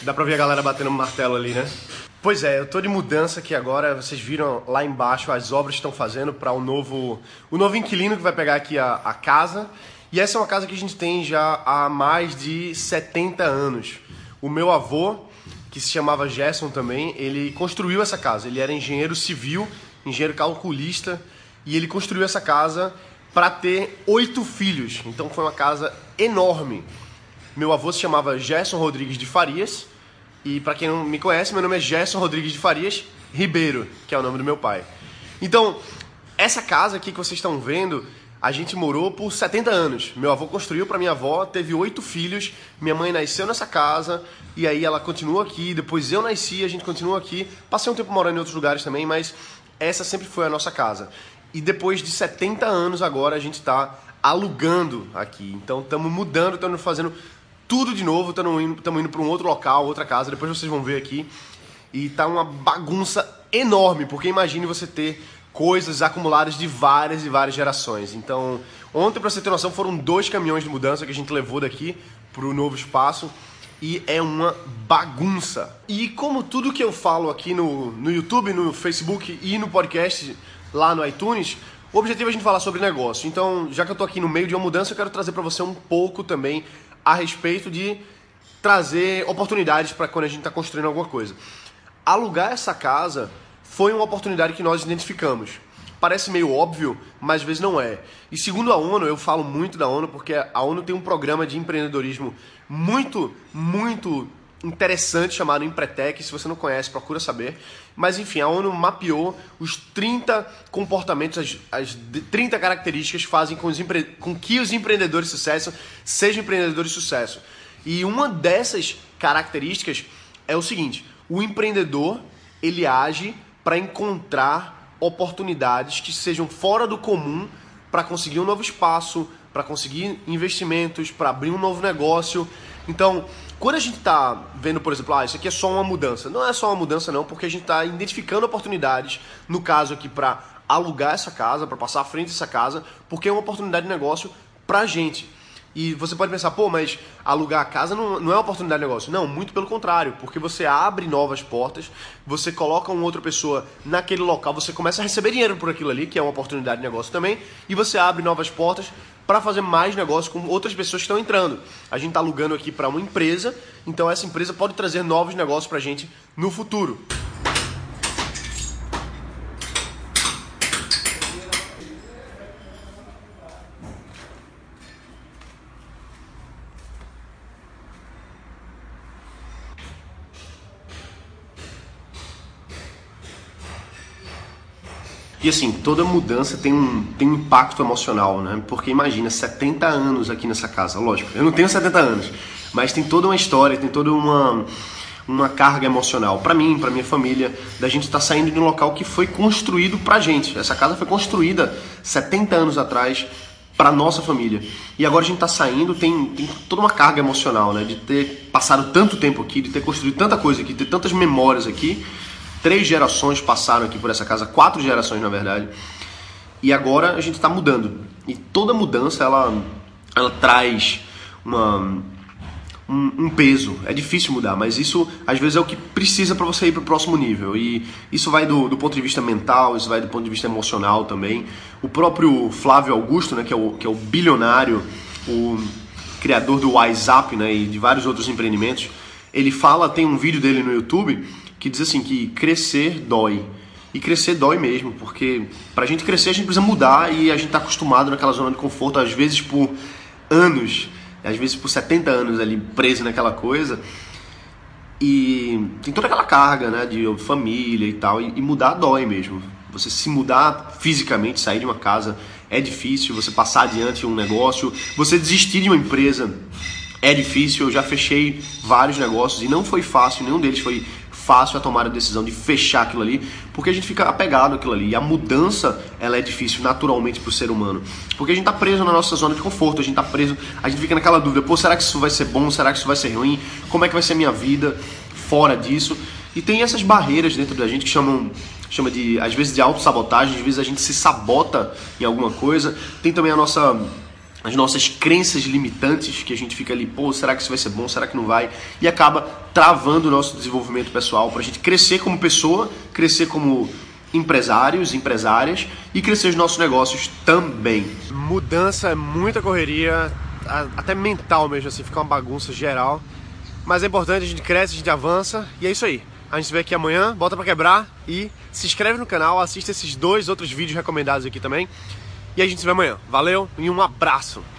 Dá pra ver a galera batendo martelo ali, né? Pois é, eu tô de mudança aqui agora. Vocês viram lá embaixo as obras que estão fazendo para o novo inquilino que vai pegar aqui a casa. E essa é uma casa que a gente tem já há mais de 70 anos. O meu avô, que se chamava Gerson também, ele construiu essa casa. Ele era engenheiro civil, engenheiro calculista, e ele construiu essa casa para ter 8 filhos. Então foi uma casa enorme. Meu avô se chamava Gerson Rodrigues de Farias. E para quem não me conhece, meu nome é Gerson Rodrigues de Farias Ribeiro, que é o nome do meu pai. Então, essa casa aqui que vocês estão vendo, a gente morou por 70 anos. Meu avô construiu para minha avó, teve 8 filhos. Minha mãe nasceu nessa casa e aí ela continua aqui. Depois eu nasci, a gente continua aqui. Passei um tempo morando em outros lugares também, mas essa sempre foi a nossa casa. E depois de 70 anos agora a gente está alugando aqui. Então estamos mudando, estamos fazendo tudo de novo, estamos indo para um outro local, outra casa, depois vocês vão ver aqui. E tá uma bagunça enorme, porque imagine você ter coisas acumuladas de várias e várias gerações. Então, ontem, para você ter noção, foram 2 caminhões de mudança que a gente levou daqui para o novo espaço. E é uma bagunça. E como tudo que eu falo aqui no YouTube, no Facebook e no podcast lá no iTunes, o objetivo é a gente falar sobre negócio. Então, já que eu tô aqui no meio de uma mudança, eu quero trazer para você um pouco também a respeito de trazer oportunidades para quando a gente está construindo alguma coisa. Alugar essa casa foi uma oportunidade que nós identificamos. Parece meio óbvio, mas às vezes não é. E segundo a ONU, eu falo muito da ONU porque a ONU tem um programa de empreendedorismo muito, muito interessante chamado Empretec. Se você não conhece, procura saber. Mas enfim, a ONU mapeou os 30 comportamentos, as 30 características que fazem com que os empreendedores de sucesso sejam empreendedores de sucesso. E uma dessas características é o seguinte: o empreendedor, ele age para encontrar oportunidades que sejam fora do comum para conseguir um novo espaço, para conseguir investimentos, para abrir um novo negócio. Então, quando a gente está vendo, por exemplo, isso aqui é só uma mudança. Não é só uma mudança não, porque a gente está identificando oportunidades, no caso aqui, para alugar essa casa, para passar à frente dessa casa, porque é uma oportunidade de negócio para a gente. E você pode pensar, pô, mas alugar a casa não é uma oportunidade de negócio. Não, muito pelo contrário, porque você abre novas portas, você coloca uma outra pessoa naquele local, você começa a receber dinheiro por aquilo ali, que é uma oportunidade de negócio também, e você abre novas portas para fazer mais negócio com outras pessoas que estão entrando. A gente está alugando aqui para uma empresa, então essa empresa pode trazer novos negócios para a gente no futuro. E assim, toda mudança tem um impacto emocional, né? Porque imagina, 70 anos aqui nessa casa. Lógico, eu não tenho 70 anos, mas tem toda uma história, tem toda uma carga emocional. Pra mim, pra minha família, da gente estar saindo de um local que foi construído pra gente. Essa casa foi construída 70 anos atrás pra nossa família. E agora a gente tá saindo, tem toda uma carga emocional, né? De ter passado tanto tempo aqui, de ter construído tanta coisa aqui, de ter tantas memórias aqui. 3 gerações passaram aqui por essa casa, 4 gerações na verdade, e agora a gente está mudando. E toda mudança ela traz um peso. É difícil mudar, mas isso às vezes é o que precisa para você ir para o próximo nível. E isso vai do ponto de vista mental, isso vai do ponto de vista emocional também. O próprio Flávio Augusto, né, que é o bilionário, o criador do WhatsApp, né, e de vários outros empreendimentos, ele fala, tem um vídeo dele no YouTube que diz assim, que crescer dói. E crescer dói mesmo, porque pra gente crescer a gente precisa mudar e a gente tá acostumado naquela zona de conforto, às vezes por anos, às vezes por 70 anos ali preso naquela coisa. E tem toda aquela carga, né, de família e tal, e mudar dói mesmo. Você se mudar fisicamente, sair de uma casa é difícil, você passar adiante um negócio, você desistir de uma empresa é difícil. Eu já fechei vários negócios e não foi fácil, nenhum deles foi fácil a tomar a decisão de fechar aquilo ali, porque a gente fica apegado àquilo ali. E a mudança, ela é difícil naturalmente para o ser humano, porque a gente tá preso na nossa zona de conforto, a gente tá preso, a gente fica naquela dúvida, pô, será que isso vai ser bom, será que isso vai ser ruim, como é que vai ser a minha vida fora disso? E tem essas barreiras dentro da gente que chama de, às vezes, de autossabotagem, às vezes a gente se sabota em alguma coisa. Tem também a as nossas crenças limitantes, que a gente fica ali, pô, será que isso vai ser bom, será que não vai? E acaba travando o nosso desenvolvimento pessoal pra gente crescer como pessoa, crescer como empresários, empresárias e crescer os nossos negócios também. Mudança é muita correria, até mental mesmo, assim, fica uma bagunça geral. Mas é importante, a gente cresce, a gente avança e é isso aí. A gente se vê aqui amanhã, bota pra quebrar e se inscreve no canal, assista esses 2 outros vídeos recomendados aqui também. E a gente se vê amanhã. Valeu e um abraço!